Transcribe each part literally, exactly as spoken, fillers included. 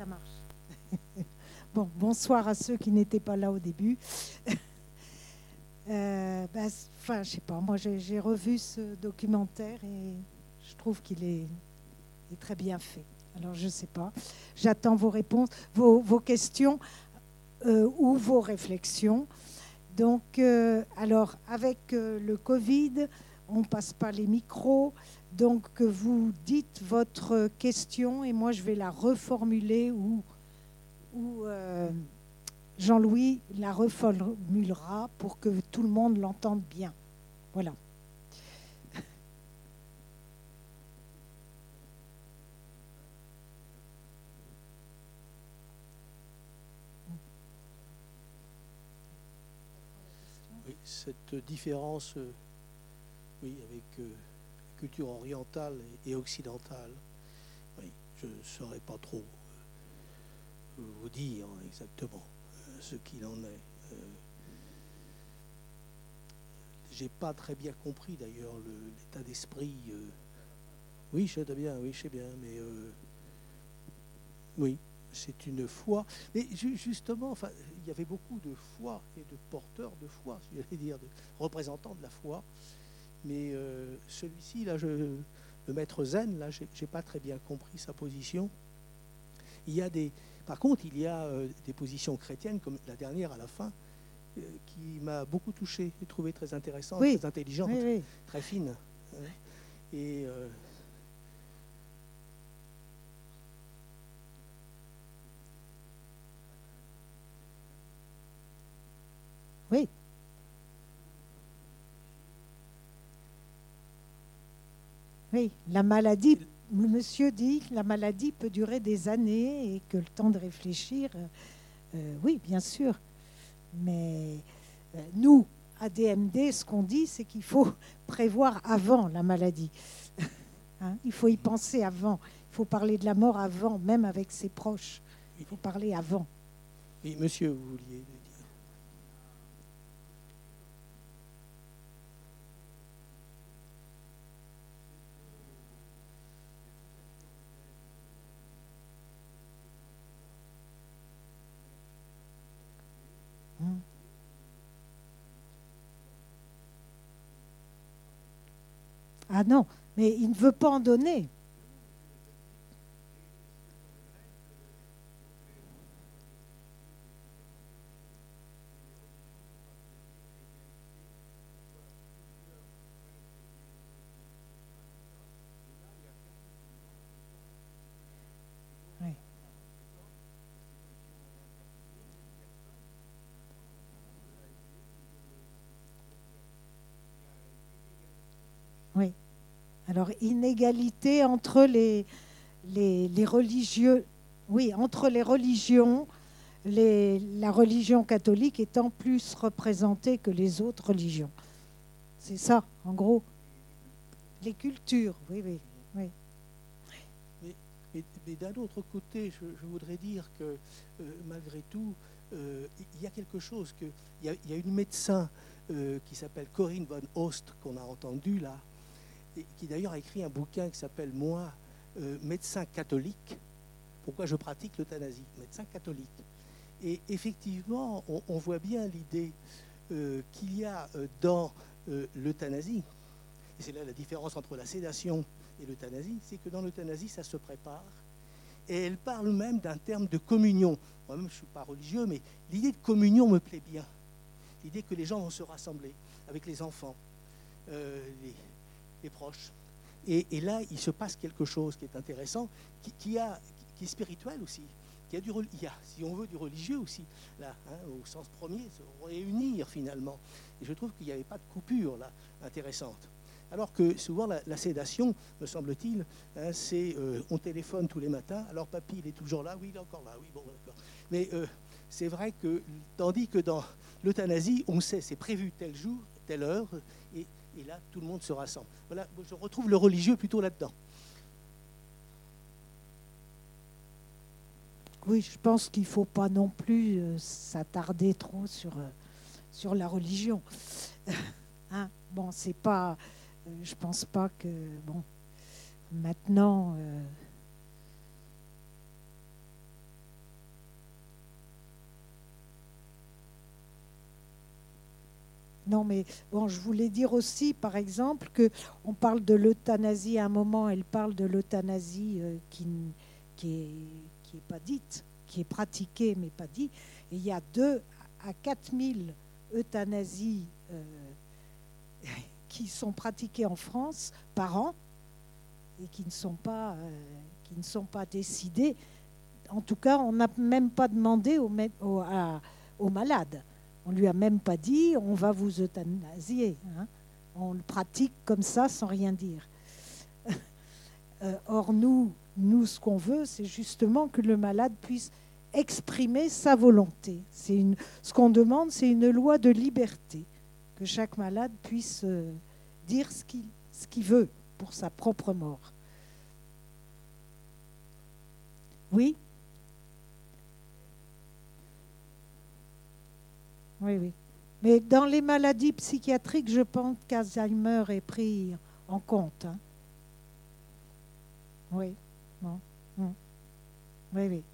marche. Bon, bonsoir à ceux qui n'étaient pas là au début. euh, bah, enfin, je sais pas, moi j'ai, j'ai revu ce documentaire et je trouve qu'il est, est très bien fait. Alors je sais pas, j'attends vos réponses, vos, vos questions euh, ou vos réflexions. Donc, euh, alors avec euh, le Covid, on passe pas les micros. Donc, vous dites votre question et moi, je vais la reformuler ou, ou euh, Jean-Louis la reformulera pour que tout le monde l'entende bien. Voilà. Oui, cette différence, euh, oui, avec euh, la culture orientale et, et occidentale, oui, je ne saurais pas trop euh, vous dire exactement euh, ce qu'il en est. Euh, J'ai pas très bien compris d'ailleurs le- l'état d'esprit. euh. Oui, je sais bien, oui, je sais bien, mais euh, oui, c'est une foi. Mais ju- justement, enfin, il y avait beaucoup de foi et de porteurs de foi, si j'allais dire, de représentants de la foi. Mais euh, celui-ci, là, je, le maître Zen, là, j'ai j'ai pas très bien compris sa position. Il y a des, par contre, il y a euh, des positions chrétiennes, comme la dernière à la fin, euh, qui m'a beaucoup touché et trouvé très intéressante, Oui, très intelligente, oui, oui. très fine. Hein. Et euh, Oui. Oui, la maladie, le monsieur dit que la maladie peut durer des années et que le temps de réfléchir, euh, euh, oui, bien sûr. Mais euh, nous, A D M D, ce qu'on dit, c'est qu'il faut prévoir avant la maladie. Hein, il faut y penser avant. Il faut parler de la mort avant, même avec ses proches. Il faut parler avant. oui, monsieur, vous vouliez dire. Hein. Ah non, mais il ne veut pas en donner. Oui. Oui. Alors, inégalité entre les, les, les religieux, oui, entre les religions, les, la religion catholique étant plus représentée que les autres religions. C'est ça, en gros. Les cultures, oui, oui, oui. Mais, mais- mais d'un autre côté, je, je voudrais dire que euh, malgré tout, euh, il y a quelque chose que il y a, il y a une médecin euh, qui s'appelle Corinne von Host qu'on a entendue là, et qui d'ailleurs a écrit un bouquin qui s'appelle Moi, euh, médecin catholique. Pourquoi je pratique l'euthanasie, médecin catholique. Et effectivement, on, on voit bien l'idée euh, qu'il y a euh, dans euh, l'euthanasie, et c'est là la différence entre la sédation et l'euthanasie, c'est que dans l'euthanasie, ça se prépare. Et elle parle même d'un terme de communion. Moi-même, je ne suis pas religieux, mais l'idée de communion me plaît bien. L'idée que les gens vont se rassembler avec les enfants, euh, les, les proches. Et, et là, il se passe quelque chose qui est intéressant, qui, qui, a, qui est spirituel aussi. Qui a du, il y a, si on veut, du religieux aussi, là, hein, au sens premier, se réunir finalement. Et je trouve qu'il n'y avait pas de coupure là, intéressante. Alors que souvent, la, la sédation, me semble-t-il, hein, c'est euh, on téléphone tous les matins, alors papy, il est toujours là, oui, il est encore là, oui, bon, d'accord. Mais euh, c'est vrai que, tandis que dans l'euthanasie, on sait, c'est prévu tel jour, telle heure, et, et là, tout le monde se rassemble. Voilà, je retrouve le religieux plutôt là-dedans. Oui, je pense qu'il ne faut pas non plus euh, s'attarder trop sur, euh, sur la religion. Hein, bon, c'est pas. Euh, je pense pas que. Bon, maintenant. Euh, Non, mais bon, je voulais dire aussi, par exemple, que on parle de l'euthanasie à un moment, elle parle de l'euthanasie euh, qui, n- qui est, qui est pas dite, qui est pratiquée mais pas dit. Et il y a deux à quatre mille euthanasies euh, qui sont pratiquées en France par an et qui ne sont pas, euh, qui ne sont pas décidées. En tout cas, on n'a même pas demandé au, mé- au, à- au malade. On lui a même pas dit on va vous euthanasier. Hein. On le pratique comme ça sans rien dire. Euh, or, nous, nous, ce qu'on veut, c'est justement que le malade puisse exprimer sa volonté. C'est une, ce qu'on demande, c'est une loi de liberté, que chaque malade puisse euh, dire ce qu'il, ce qu'il veut pour sa propre mort. Oui, oui, oui. Mais dans les maladies psychiatriques, je pense qu'Alzheimer est pris en compte. Hein. Oui, bon. Mm. Oui, oui.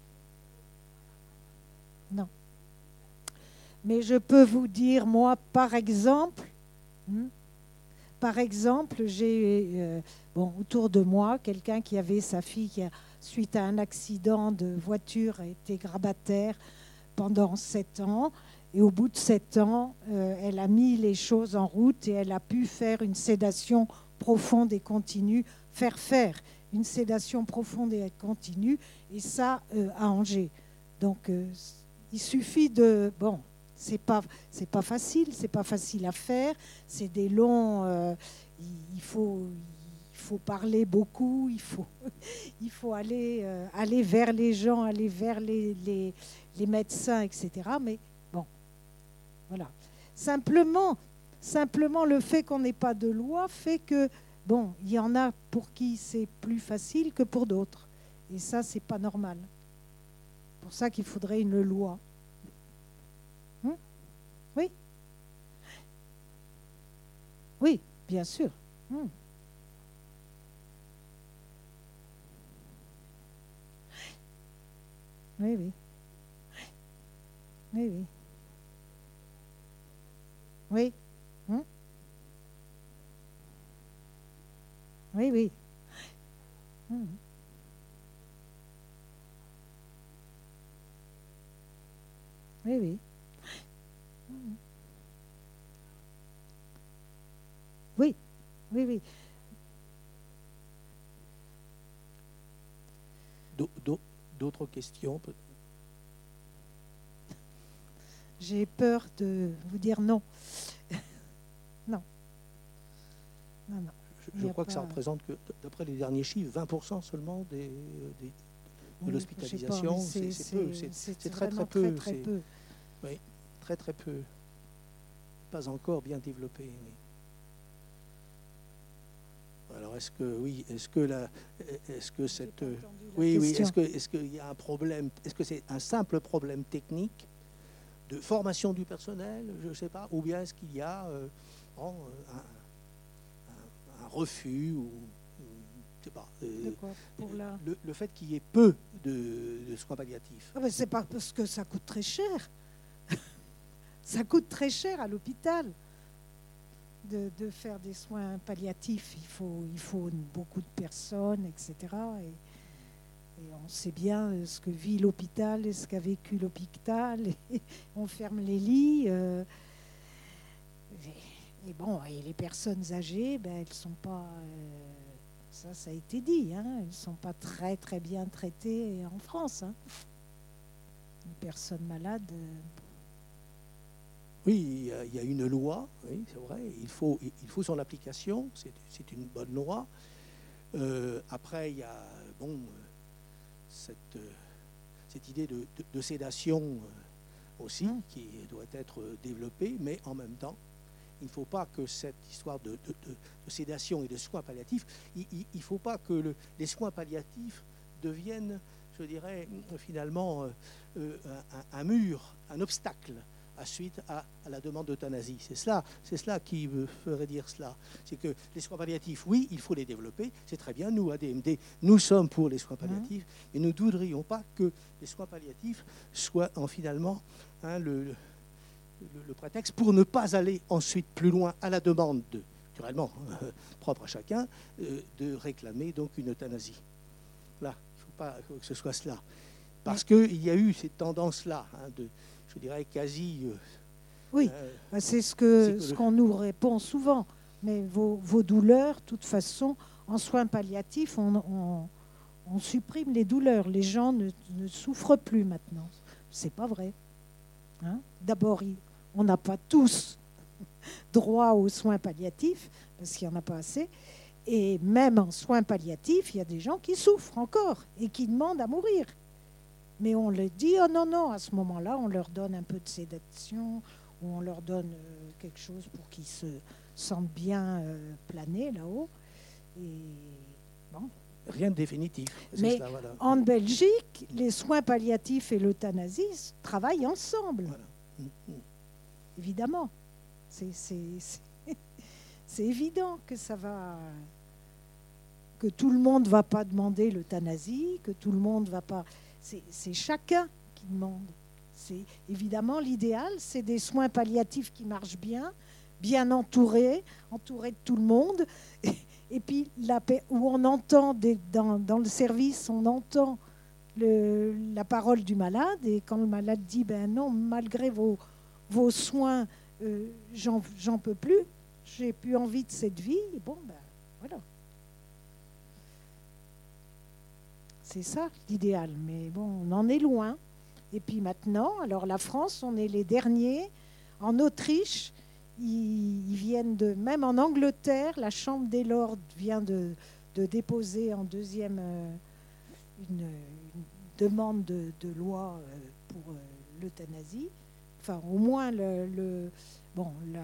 Non. Mais je peux vous dire, moi, par exemple, hmm, par exemple, j'ai euh, bon, autour de moi quelqu'un qui avait sa fille qui, a, suite à un accident de voiture, a été grabataire pendant sept ans. Et au bout de sept ans, euh, elle a mis les choses en route et elle a pu faire une sédation profonde et continue, faire faire une sédation profonde et continue, et ça euh, à Angers. Donc, euh, il suffit de... Bon, c'est pas, c'est pas facile, c'est pas facile à faire, c'est des longs... euh, il, faut, il faut parler beaucoup, il faut, il faut aller, euh, aller vers les gens, aller vers les, les, les médecins, et cetera. Mais bon, voilà. Simplement, simplement le fait qu'on n'ait pas de loi fait que, bon, il y en a pour qui c'est plus facile que pour d'autres. Et ça, c'est pas normal. C'est pour ça qu'il faudrait une loi. Hum? Oui, oui, bien sûr. Hum. Oui, oui, oui, oui. Oui, hum? Oui, oui. Hum. Oui, oui. Hum. Oui, oui, oui. D'au- d'au- D'autres questions peut- J'ai peur de vous dire non. Non, non, non. Je, Il je n'y a crois que ça pas. représente que, d'après les derniers chiffres, vingt pour cent seulement des, des- de Oui, je sais pas, mais l'hospitalisation. C'est c'est c'est peu, c'est- c'est c'est c'est très très vraiment très peu. très C'est peu. oui, très très peu. Pas encore bien développé. mais- Alors est-ce que oui, est-ce que la, est-ce que J'ai cette, pas entendu la oui oui, question. est-ce que est-ce qu'il y a un problème, est-ce que c'est un simple problème technique de formation du personnel, je ne sais pas, ou bien est-ce qu'il y a euh, bon, un, un- un refus ou, ou, je sais pas, De euh, quoi pour la... le, le fait qu'il y ait peu de, de soins palliatifs. Ah ben, c'est pas parce que ça coûte très cher. Ça coûte très cher à l'hôpital de, de faire des soins palliatifs. Il faut, il faut beaucoup de personnes, et cetera. Et, et on sait bien euh, ce que vit l'hôpital et ce qu'a vécu l'hôpital. Et on ferme les lits. euh, et, et bon, et les personnes âgées, ben, elles sont pas... euh, ça, ça a été dit. Hein, elles ne sont pas très, très bien traitées en France. Hein. Les personnes malades... euh, Oui, il y, a, il y a une loi, oui, c'est vrai, il faut, il faut son application, c'est c'est une bonne loi. Euh, après, il y a bon, euh, cette, euh, cette idée de, de- de sédation euh, aussi Mm. qui doit être développée, mais en même temps, il ne faut pas que cette histoire de, de- de- de sédation et de soins palliatifs, il ne faut pas que le- les soins palliatifs deviennent, je dirais, finalement, euh, euh, un, un mur, un obstacle à suite à, à la demande d'euthanasie. C'est cela, c'est cela qui me ferait dire cela. C'est que les soins palliatifs, oui, il faut les développer, c'est très bien. Nous, A D M D, nous sommes pour les soins palliatifs, mais nous ne voudrions pas que les soins palliatifs soient en finalement hein, le, le, le prétexte pour ne pas aller ensuite plus loin à la demande, de, naturellement, euh, propre à chacun, euh, de réclamer donc une euthanasie. Là, il ne faut pas que ce soit cela. Parce qu'il y a eu cette tendance-là, hein, de, je dirais, quasi... Euh, oui, euh, c'est ce que, ce qu'on nous répond souvent. Mais vos, vos douleurs, de toute façon, en soins palliatifs, on, on, on supprime les douleurs. Les gens ne, ne souffrent plus maintenant. C'est pas vrai. Hein? D'abord, on n'a pas tous droit aux soins palliatifs, parce qu'il n'y en a pas assez. Et même en soins palliatifs, il y a des gens qui souffrent encore et qui demandent à mourir. Mais on leur dit, oh non, non, à ce moment-là, on leur donne un peu de sédation, ou on leur donne euh, quelque chose pour qu'ils se sentent bien euh, planer là-haut. Et bon. Rien de définitif. Mais cela, voilà. En Belgique, les soins palliatifs et l'euthanasie travaillent ensemble. Voilà. Mmh. Évidemment. C'est, c'est, c'est, c'est évident que ça va... que tout le monde ne va pas demander l'euthanasie, que tout le monde ne va pas... C'est, c'est chacun qui demande. C'est, évidemment, l'idéal, c'est des soins palliatifs qui marchent bien, bien entourés, entourés de tout le monde. Et, et puis, la, où on entend, des, dans, dans le service, on entend le, la parole du malade. Et quand le malade dit, ben non, malgré vos, vos soins, euh, j'en, j'en peux plus, j'ai plus envie de cette vie, et bon, ben voilà. C'est ça l'idéal, mais bon, on en est loin. Et puis maintenant, alors la France, on est les derniers. En Autriche, ils, ils viennent de... Même en Angleterre, la Chambre des Lords vient de, de déposer en deuxième euh, une, une demande de, de loi euh, pour euh, l'euthanasie. Enfin, au moins, le... le bon, la...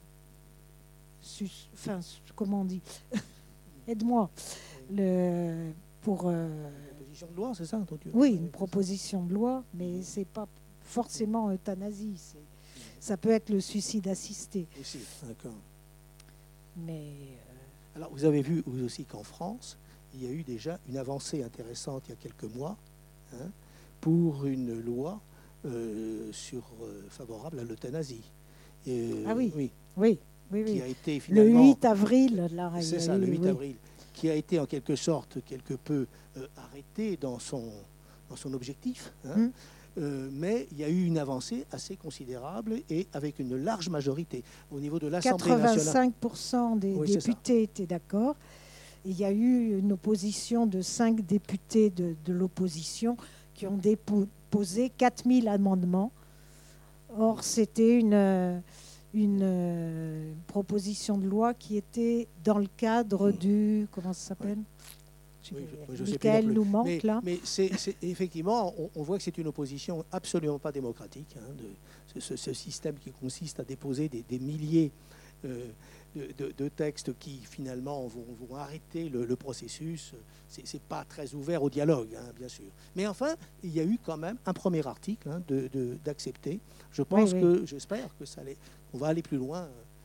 Sus, enfin, comment on dit aide-moi. Le... Pour... Euh, de loi, c'est ça entendu. Oui, une proposition de loi, mais c'est pas forcément euthanasie. C'est, ça peut être le suicide assisté. Aussi, d'accord. Mais euh... alors, vous avez vu vous aussi qu'en France, il y a eu déjà une avancée intéressante il y a quelques mois, hein, pour une loi euh, sur euh, favorable à l'euthanasie. Et, euh, ah oui, oui, oui, oui, oui. Qui a été finalement, le huit avril, là. C'est ça, eu, le huit oui. avril. Qui a été en quelque sorte quelque peu euh, arrêté dans son, dans son objectif. Hein. Mmh. Euh, mais il y a eu une avancée assez considérable et avec une large majorité au niveau de l'Assemblée nationale. quatre-vingt-cinq pour cent des oui, députés étaient d'accord. Et il y a eu une opposition de cinq députés de, de l'opposition qui ont déposé quatre mille amendements. Or, c'était une... une euh, proposition de loi qui était dans le cadre du... Comment ça s'appelle oui, je, je Michael nous manque, mais, là. Mais c'est, c'est, effectivement, on, on voit que c'est une opposition absolument pas démocratique, hein, de, ce, ce système qui consiste à déposer des, des milliers euh, de, de, de textes qui, finalement, vont, vont arrêter le, le processus. C'est, c'est pas très ouvert au dialogue, hein, bien sûr. Mais enfin, il y a eu quand même un premier article hein, de, de, d'accepter. Je pense oui, que, oui. j'espère que ça allait... On va aller plus loin,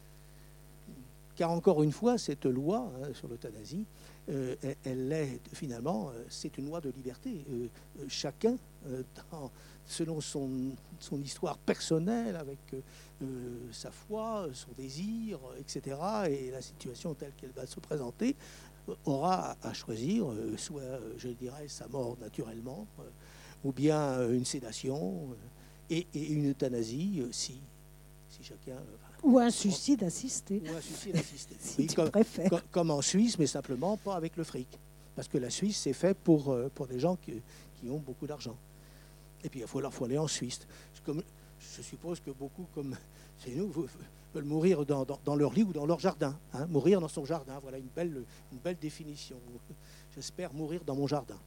car encore une fois, cette loi hein, sur l'euthanasie, euh, elle, elle est finalement, euh, c'est une loi de liberté. Euh, euh, chacun, euh, dans, selon son, son histoire personnelle, avec euh, sa foi, son désir, et cetera, et la situation telle qu'elle va se présenter, euh, aura à, à choisir, euh, soit, je dirais, sa mort naturellement, euh, ou bien euh, une sédation, euh, et, et une euthanasie, euh, si Si chacun, enfin, ou un suicide assisté. Ou un suicide assisté. si oui, tu comme, préfères. Comme, comme en Suisse, mais simplement pas avec le fric. Parce que la Suisse, c'est fait pour, pour des gens qui, qui ont beaucoup d'argent. Et puis, il faut, faut aller en Suisse. Comme, je suppose que beaucoup, comme chez nous, veulent mourir dans, dans, dans leur lit ou dans leur jardin. Hein, mourir dans son jardin. Voilà une belle, une belle définition. J'espère mourir dans mon jardin.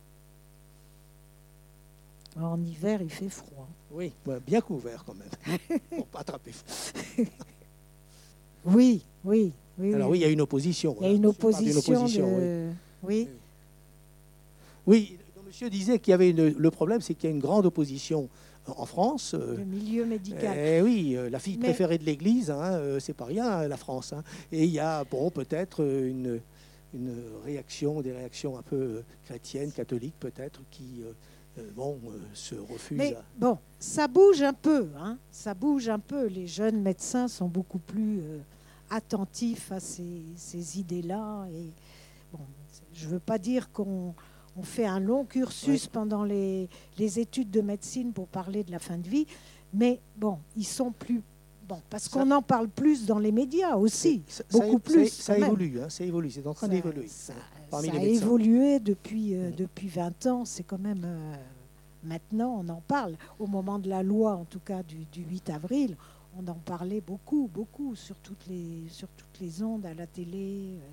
En hiver, il fait froid. Oui, bien couvert quand même, pour pas attraper froid. Oui, oui, oui. Alors oui, il y a une opposition. Il y a une opposition. opposition de... oui. oui. Oui, monsieur disait qu'il y avait une, le problème, c'est qu'il y a une grande opposition en France. Le milieu médical. Eh oui, la fille Mais... préférée de l'Église, hein, c'est pas rien, la France. Hein. Et il y a, bon, peut-être une, une réaction, des réactions un peu chrétiennes, catholiques, peut-être, qui... euh, bon, euh, se refusent. Mais à... bon, ça bouge un peu, hein, ça bouge un peu. Les jeunes médecins sont beaucoup plus euh, attentifs à ces, ces idées-là. Et bon, je ne veux pas dire qu'on on fait un long cursus Ouais. pendant les, les études de médecine pour parler de la fin de vie, mais bon, ils sont plus... Bon, parce Ça- qu'on en parle plus dans les médias aussi, Ça, beaucoup ça, plus. Ça, ça quand même. évolue, hein, ça évolue, c'est en train Ça, d'évoluer. ça, Parmi ça les a médecins. évolué depuis, euh, Mhm. depuis vingt ans, c'est quand même... euh, maintenant, on en parle. Au moment de la loi, en tout cas du, du huit avril, on en parlait beaucoup, beaucoup, sur toutes les, sur toutes les ondes, à la télé. euh.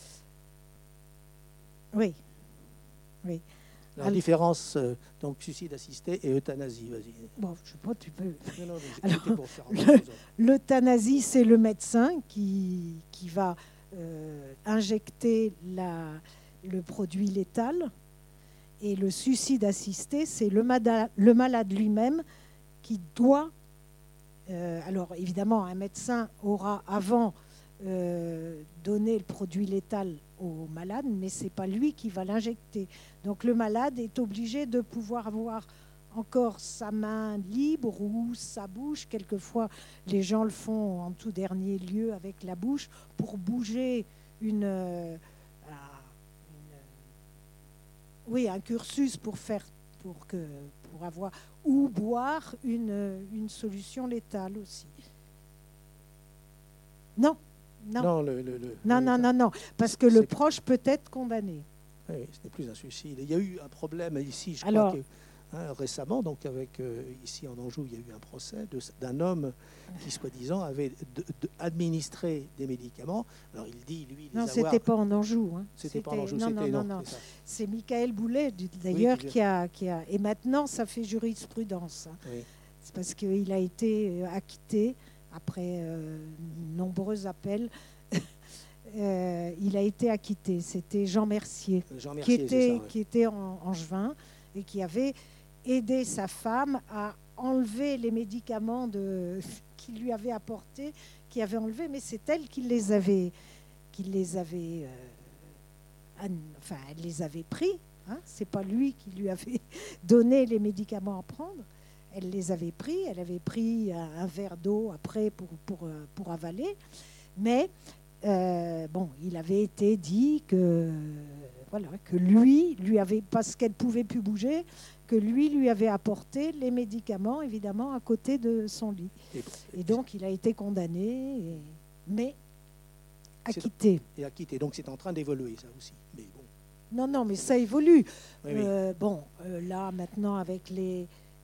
Oui, oui. La Alors- différence, euh, donc, suicide assisté et euthanasie, vas-y. Bon, je sais pas, tu peux... Non, non, mais Alors, c'était pour faire un le- peu plus. L'euthanasie, c'est le médecin qui, qui va euh, injecter la, le produit létal. Et le suicide assisté, c'est le, mada- le malade lui-même qui doit... euh, alors, évidemment, un médecin aura avant euh, donné le produit létal au malade, mais ce n'est pas lui qui va l'injecter. Donc, le malade est obligé de pouvoir avoir encore sa main libre ou sa bouche. Quelquefois, les gens le font en tout dernier lieu avec la bouche pour bouger une, euh, une- oui, un cursus pour faire, pour que, pour avoir ou boire une, une solution létale aussi. Non, non, non, Non, le, le, le- non, le- non, non, parce que le c'est- proche peut être condamné. Oui, ce n'est plus un suicide. Il y a eu un problème ici, je Alors- crois que hein, récemment, donc avec euh, ici en Anjou, il y a eu un procès de- d'un homme qui, soi-disant, avait de- de- administré des médicaments. Alors il dit, lui, les Non, avoir... c'était pas en Anjou. Hein. C'était pas en Anjou, non, non, c'était non, non, non. c'est ça. C'est Michael Boulet, du- d'ailleurs, Oui, qui- qui, a, qui a. Et maintenant, ça fait jurisprudence. hein. Oui. C'est parce qu'il a été euh, acquitté après euh, nombreux appels. Euh, il a été acquitté. C'était Jean Mercier, Jean qui Mercier, c'est était, ça, ouais. qui était en, angevin et qui avait aidé sa femme à enlever les médicaments de, qu'il lui avait apportés, qui avait enlevé, mais c'est elle qui les avait, qui les avait, euh, an- enfin, elle les avait pris. Hein, c'est pas lui qui lui avait donné les médicaments à prendre. Elle les avait pris. Elle avait pris un, un verre d'eau après pour pour, euh, pour avaler, mais euh, bon, il avait été dit que voilà que lui lui avait, parce qu'elle pouvait plus bouger, que lui lui avait apporté les médicaments, évidemment, à côté de son lit. Et, Et donc il a été condamné, et- mais C'est- acquitté. et acquitté. Donc c'est en train d'évoluer, ça aussi. Mais bon, Non, non, mais ça évolue. oui, oui. Euh, bon, euh, là maintenant avec les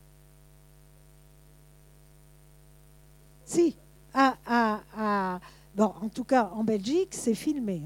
si à, à, à- bon, en tout cas en Belgique c'est filmé.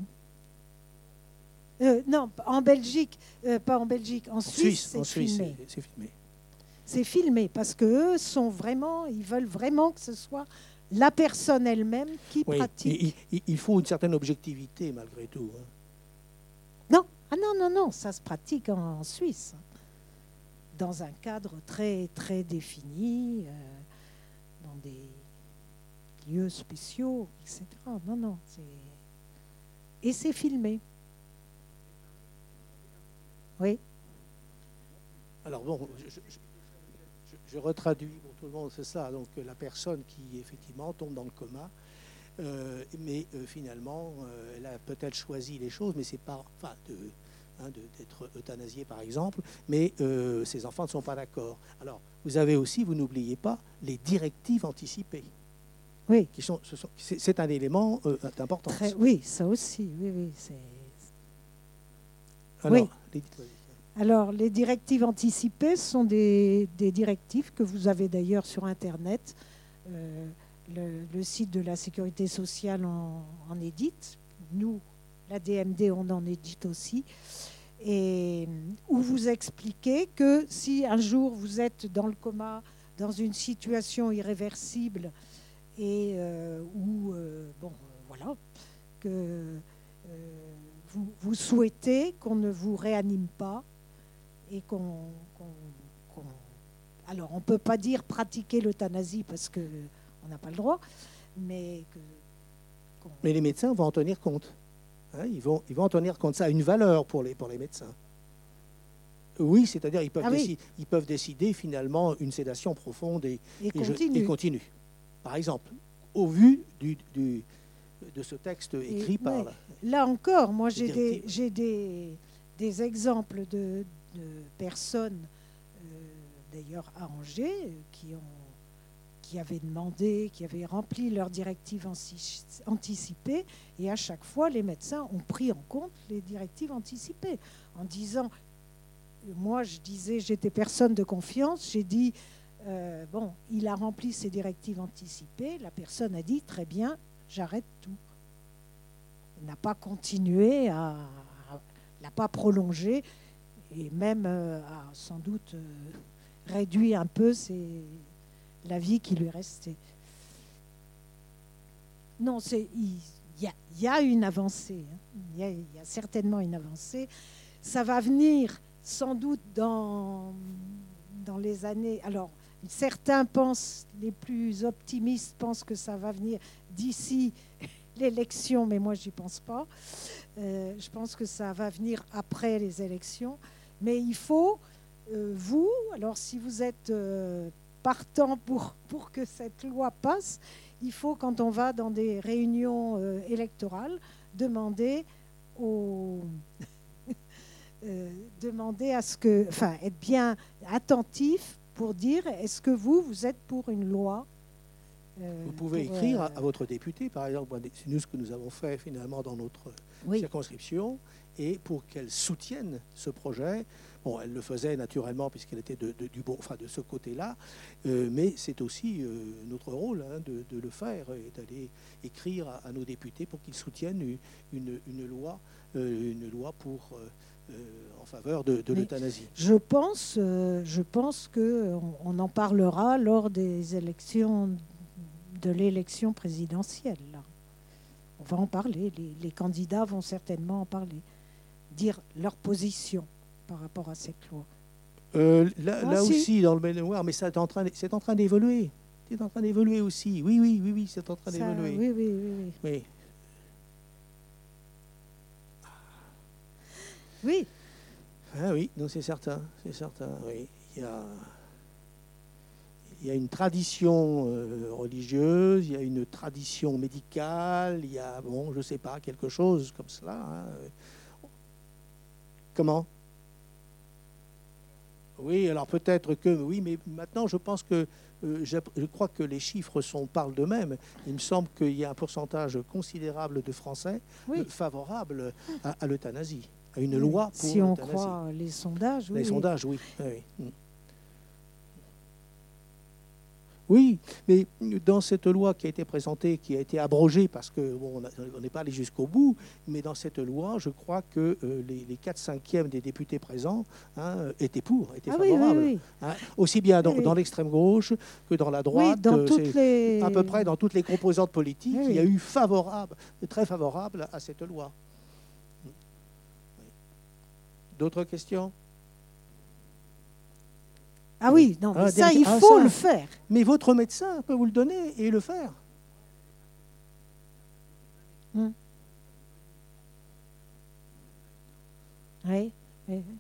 Euh, non, en Belgique, euh, pas en Belgique, en En Suisse, Suisse, c'est en Suisse, filmé. c'est- c'est filmé. C'est filmé parce que eux sont vraiment, ils veulent vraiment que ce soit la personne elle-même qui Oui, pratique. il, il- il faut une certaine objectivité malgré tout. hein. Non, ah non, non, non, ça se pratique en, en Suisse, dans un cadre très, très défini, euh, dans des lieux spéciaux, et cetera. Non, non, c'est... Et c'est filmé. Oui. Alors bon, je, je- je- je retraduis pour tout le monde, c'est ça. Donc la personne qui effectivement tombe dans le coma, euh, mais euh, finalement, euh, elle a peut-être choisi les choses, mais c'est pas, enfin, de, hein, de- d'être euthanasiée par exemple, mais euh, ses enfants ne sont pas d'accord. Alors vous avez aussi, vous n'oubliez pas, les directives anticipées. Oui, Qui sont, ce sont- c'est, c'est un élément euh, d'importance. très, oui, ça aussi, oui, oui. C'est... Alors, oui. les- Alors, les directives anticipées sont des, des directives que vous avez d'ailleurs sur Internet. Euh, le, le site de la Sécurité sociale en, en édite. Nous, la D M D, on en édite aussi. Et où vous expliquez que si un jour vous êtes dans le coma, dans une situation irréversible, et euh, où, euh, bon, euh, voilà, que euh, vous, vous souhaitez qu'on ne vous réanime pas, et qu'on... qu'on- qu'on- alors, on ne peut pas dire pratiquer l'euthanasie parce qu'on n'a pas le droit, mais que... qu'on- Mais les médecins vont en tenir compte. Hein, ils, vont, ils vont en tenir compte. Ça a une valeur pour les, pour les médecins. Oui, c'est-à-dire ils peuvent, Ah oui. décider, ils peuvent décider finalement une sédation profonde et, Et et, je- continue. et continue. Par exemple, au vu du, du- de ce texte Et, écrit par... ouais. la- Là encore, moi j'ai des, directives. j'ai des, des exemples de, de personnes, euh, d'ailleurs à Angers, euh, qui, ont, qui avaient demandé, qui avaient rempli leurs directives anci- anticipées, et à chaque fois, les médecins ont pris en compte les directives anticipées, en disant, moi je disais, j'étais personne de confiance, j'ai dit, euh, bon, il a rempli ses directives anticipées, la personne a dit, très bien, j'arrête tout. Il n'a pas continué, à, à n'a pas prolongé, et même euh, a sans doute euh, réduit un peu ses, la vie qui lui restait. Non, c'est, il, y a, il y a une avancée, hein. il, y a, il y a certainement une avancée. Ça va venir sans doute dans, dans les années... Alors, certains pensent, les plus optimistes pensent que ça va venir d'ici l'élection, mais moi, j'y pense pas. Euh, je pense que ça va venir après les élections. Mais il faut, euh, vous, alors si vous êtes euh, partant pour, pour que cette loi passe, il faut, quand on va dans des réunions euh, électorales, demander aux... euh, demander à ce que... Enfin, être bien attentif pour dire, est-ce que vous, vous êtes pour une loi ? Euh, Vous pouvez pour, écrire euh, à, à votre député, par exemple, c'est nous ce que nous avons fait finalement dans notre Oui. circonscription, et pour qu'elle soutienne ce projet. Bon, elle le faisait naturellement puisqu'elle était de, de, du bon, enfin de ce côté-là, euh, mais c'est aussi euh, notre rôle hein, de, de le faire et d'aller écrire à, à nos députés pour qu'ils soutiennent une, une, une loi, euh, une loi pour euh, euh, en faveur de, de Mais l'euthanasie. Je pense, euh, je pense que on, on en parlera lors des élections, de l'élection présidentielle. Là. On va en parler. Les, les candidats vont certainement en parler, dire leur position par rapport à cette loi. Euh, là, Ah, là si. aussi, dans le mémoire, mais c'est en train, de- c'est en train d'évoluer. C'est en train d'évoluer aussi. Oui, oui, oui, oui, c'est en train Ça, d'évoluer. oui, oui, oui, oui. Oui. Oui, Ah oui, non, c'est certain, c'est certain. Oui, il y a, il y a une tradition euh, religieuse, il y a une tradition médicale, il y a, bon, je sais pas, quelque chose comme cela. Hein. Comment ? Oui, alors peut-être que oui, mais maintenant je pense que euh, je, je crois que les chiffres sont, parlent d'eux-mêmes. Il me semble qu'il y a un pourcentage considérable de Français oui. euh, favorables à, à l'euthanasie, à une Oui. loi pour Si on l'euthanasie. croit les sondages, oui. Les oui. sondages, oui. Oui, oui. Oui, mais dans cette loi qui a été présentée, qui a été abrogée, parce qu'on bon, n'est pas allé jusqu'au bout, mais dans cette loi, je crois que euh, les, les quatre cinquièmes des députés présents hein, étaient pour, étaient Ah oui, favorables. oui, oui. Hein, aussi bien dans, Oui, oui. dans l'extrême gauche que dans la droite. Oui, dans euh, toutes les... à peu près dans toutes les composantes politiques, Oui, il y a oui. eu favorable, très favorable à cette loi. D'autres questions ? Ah oui, non, mais Ah, ça, des- il ah, faut ça. le faire. Mais votre médecin peut vous le donner et le faire. Hum. Oui, oui, oui.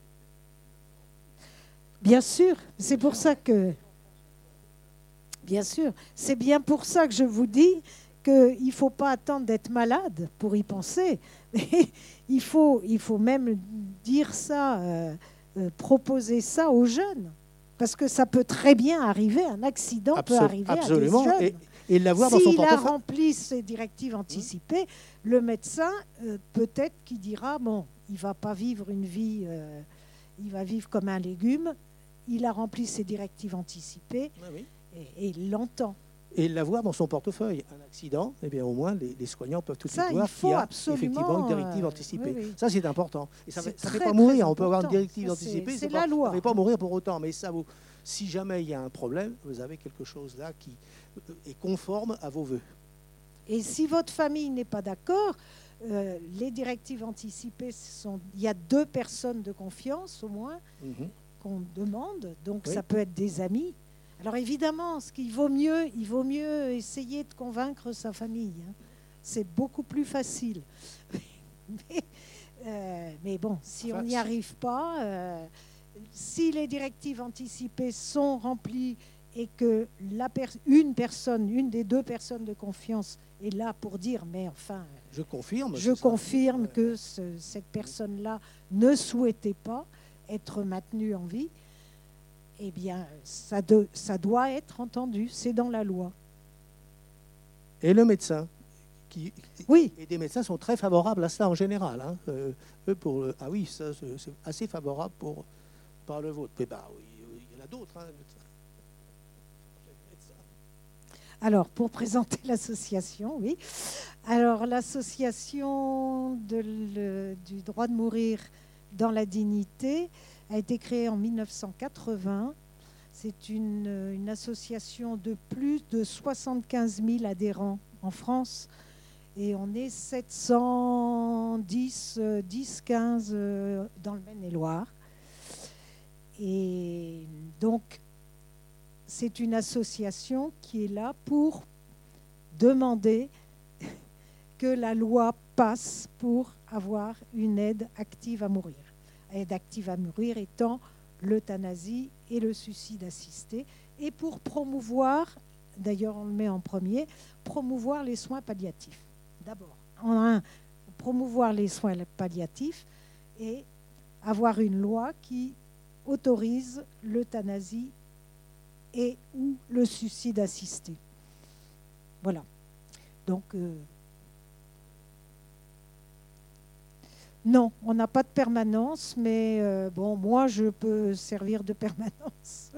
Bien sûr, c'est pour ça que... Bien sûr, c'est bien pour ça que je vous dis qu'il ne faut pas attendre d'être malade pour y penser. il, faut, il faut même dire ça, euh, euh, proposer ça aux jeunes. Parce que ça peut très bien arriver, un accident Absol- peut arriver absolument, à des jeunes. et, et l'avoir dans son S'il a portefeuille. rempli ses directives anticipées, le médecin, euh, peut-être qu'il dira, bon, il ne va pas vivre une vie, euh, il va vivre comme un légume. Il a rempli ses directives anticipées Ah oui. et, et il l'entend. Et l'avoir dans son portefeuille. Un accident, eh bien, au moins, les, les soignants peuvent tout de Ça, suite il voir faut qu'il y a absolument, effectivement une directive euh, anticipée. oui, oui. Ça, c'est important. Et ça ne C'est fait très, pas très mourir. On peut avoir une important. directive Ça, c'est- anticipée. c'est pas- la loi. Ça ne fait pas mourir pour autant. Mais ça vous, si jamais il y a un problème, vous avez quelque chose là qui est conforme à vos voeux. Et si votre famille n'est pas d'accord, euh, les directives anticipées, sont, il y a deux personnes de confiance au moins Mhm. qu'on demande, donc Oui. ça peut être des amis. Alors évidemment, ce qu'il vaut mieux, il vaut mieux essayer de convaincre sa famille. Hein. C'est beaucoup plus facile. mais, euh, mais bon, si Enfin, on n'y si- arrive pas, euh, si les directives anticipées sont remplies et que la per une personne, une des deux personnes de confiance est là pour dire, mais enfin, je confirme, je confirme ça. que ce, cette personne-là ne souhaitait pas être maintenue en vie, eh bien, ça, de, ça doit être entendu, c'est dans la loi. Et le médecin qui, oui. Et des médecins sont très favorables à ça en général. Hein. Euh, eux pour le, ah oui, ça c'est assez favorable pour par le vôtre. Mais bah oui, il y en a d'autres. Hein. Alors, pour présenter l'association, oui. Alors, l'association du droit de mourir dans la dignité a été créée en mille neuf cent quatre-vingts. C'est une, une association de plus de soixante-quinze mille adhérents en France. Et on est sept cent dix, dix, quinze dans le Maine-et-Loire. Et donc, c'est une association qui est là pour demander que la loi passe pour avoir une aide active à mourir. Aide active à mourir étant l'euthanasie et le suicide assisté. Et pour promouvoir, d'ailleurs on le met en premier, promouvoir les soins palliatifs. D'abord, en un, promouvoir les soins palliatifs et avoir une loi qui autorise l'euthanasie et ou le suicide assisté. Voilà. Donc, euh, non, on n'a pas de permanence, mais euh, bon, moi, je peux servir de permanence.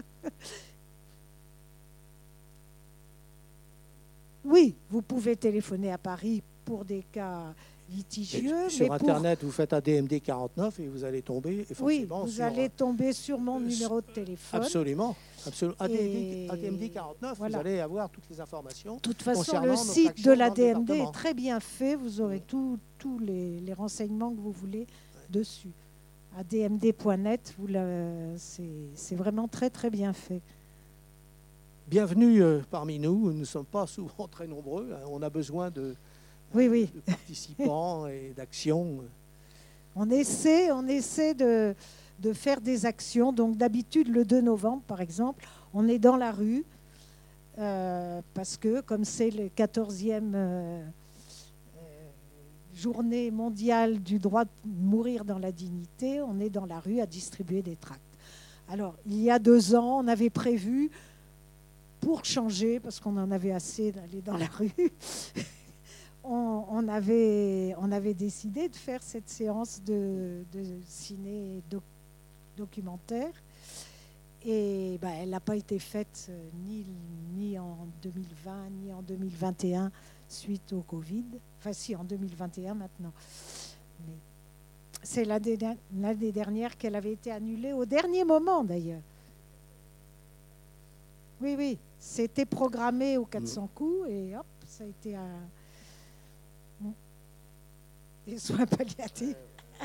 Oui, vous pouvez téléphoner à Paris pour des cas litigieux. Et sur mais Internet, pour... vous faites un D M D quarante-neuf et vous allez tomber forcément Oui, vous sur, allez tomber sur mon euh, numéro de téléphone. Absolument. absolument. A Et... D M D quarante-neuf, voilà. Vous allez avoir toutes les informations. De toute façon, le site de l'A D M D est très bien fait. Vous aurez oui. tous les, les renseignements que vous voulez ouais. dessus. A D M D point net, c'est vraiment très, très bien fait. Bienvenue euh, parmi nous. Nous ne sommes pas souvent très nombreux. Hein. On a besoin de, oui, oui. de participants et d'actions. On essaie, on essaie de, de faire des actions. Donc d'habitude, le deux novembre, par exemple, on est dans la rue euh, parce que, comme c'est le quatorzième euh, euh, journée mondiale du droit de mourir dans la dignité, on est dans la rue à distribuer des tracts. Alors, il y a deux ans, on avait prévu, pour changer, parce qu'on en avait assez d'aller dans la rue, on, on, avait, on avait décidé de faire cette séance de, de ciné doc, documentaire. Et ben, elle n'a pas été faite ni, ni en deux mille vingt, ni en deux mille vingt et un, suite au Covid. Enfin, si, en deux mille vingt et un maintenant. Mais c'est l'année dernière qu'elle avait été annulée, au dernier moment d'ailleurs. Oui, oui, c'était programmé aux quatre cents coups et hop, ça a été un... des soins palliatifs.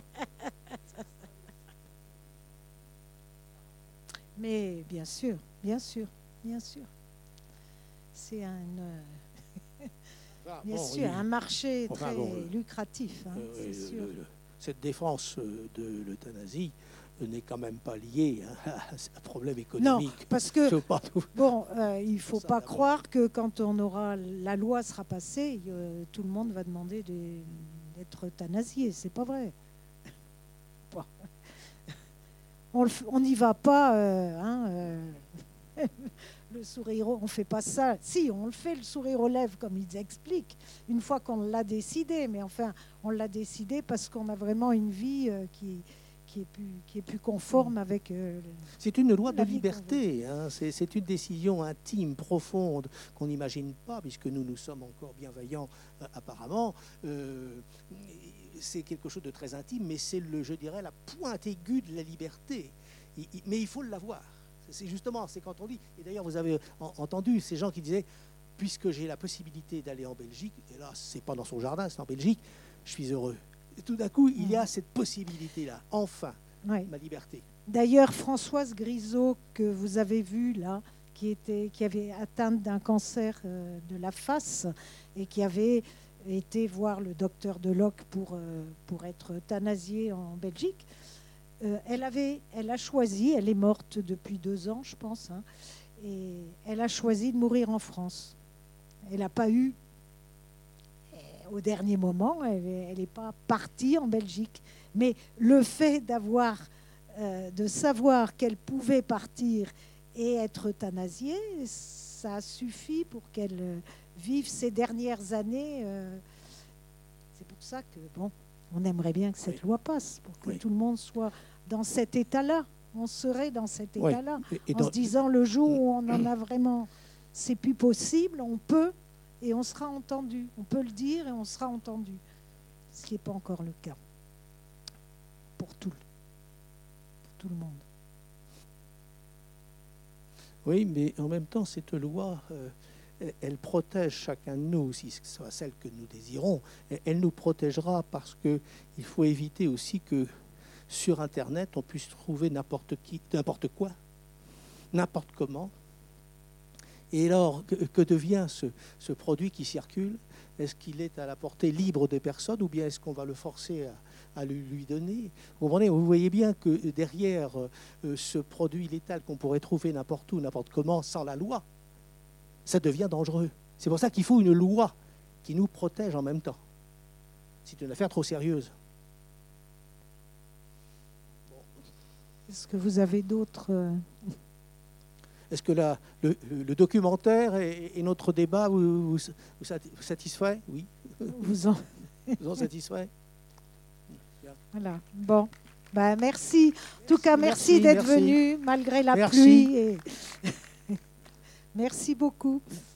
Mais bien sûr, bien sûr, bien sûr. C'est un, euh, ah, bien bon, sûr, oui. un marché enfin, très bon, lucratif, hein, euh, c'est sûr. Le, le, cette défense de l'euthanasie n'est quand même pas lié hein, à un problème économique. Non, parce que tout... bon, euh, il ne faut pas croire que quand on aura la loi sera passée, euh, tout le monde va demander d'être euthanasié. C'est pas vrai. Bon. On n'y va pas. Euh, hein, euh, le sourire, on fait pas ça. Si, on le fait le sourire aux lèvres, comme ils expliquent, une fois qu'on l'a décidé. Mais enfin, on l'a décidé parce qu'on a vraiment une vie euh, qui Qui est, plus, qui est plus conforme avec... Euh, c'est une loi de liberté, hein. C'est une décision intime, profonde, qu'on n'imagine pas, puisque nous, nous sommes encore bienveillants euh, apparemment. Euh, c'est quelque chose de très intime, mais c'est, le, je dirais, la pointe aiguë de la liberté. Il, il, mais il faut l'avoir. C'est justement, c'est quand on dit... Et d'ailleurs, vous avez en, entendu ces gens qui disaient, puisque j'ai la possibilité d'aller en Belgique, et là, c'est pas dans son jardin, c'est en Belgique, je suis heureux. Et tout d'un coup, il y a cette possibilité-là. Enfin, oui. Ma liberté. D'ailleurs, Françoise Grisot, que vous avez vue là, qui, était, qui avait atteint d'un cancer euh, de la face et qui avait été voir le docteur Delocq pour, euh, pour être euthanasié en Belgique, euh, elle, avait, elle a choisi, elle est morte depuis deux ans, je pense, hein, et elle a choisi de mourir en France. Elle n'a pas eu, au dernier moment, elle n'est pas partie en Belgique. Mais le fait d'avoir, euh, de savoir qu'elle pouvait partir et être euthanasiée, ça a suffi pour qu'elle euh, vive ces dernières années. Euh, c'est pour ça que, bon, on aimerait bien que cette Oui. loi passe, pour que Oui. tout le monde soit dans cet état-là. On serait dans cet Oui. état-là, Et- et en dans- se disant le jour où on en a vraiment, c'est plus possible, on peut et on sera entendu. On peut le dire et on sera entendu. Ce qui n'est pas encore le cas pour tout, pour tout le monde. Oui, mais en même temps, cette loi, euh, elle- elle protège chacun de nous, si ce soit celle que nous désirons. Et elle nous protégera parce qu'il faut éviter aussi que sur Internet, on puisse trouver n'importe qui, n'importe quoi, n'importe comment. Et alors, que, que devient ce, ce produit qui circule? Est-ce qu'il est à la portée libre des personnes ou bien est-ce qu'on va le forcer à, à lui, lui donner? Vous comprenez? Vous voyez bien que derrière euh, ce produit létal qu'on pourrait trouver n'importe où, n'importe comment, sans la loi, ça devient dangereux. C'est pour ça qu'il faut une loi qui nous protège en même temps. C'est une affaire trop sérieuse. Est-ce que vous avez d'autres... euh, Est-ce que la, le, le documentaire et, et notre débat vous, vous, vous satisfait? Oui. vous en... Vous en satisfait? Voilà. Bon. Ben, merci. En tout cas, merci, Merci, d'être merci. venu malgré la Merci. pluie. Et... merci beaucoup.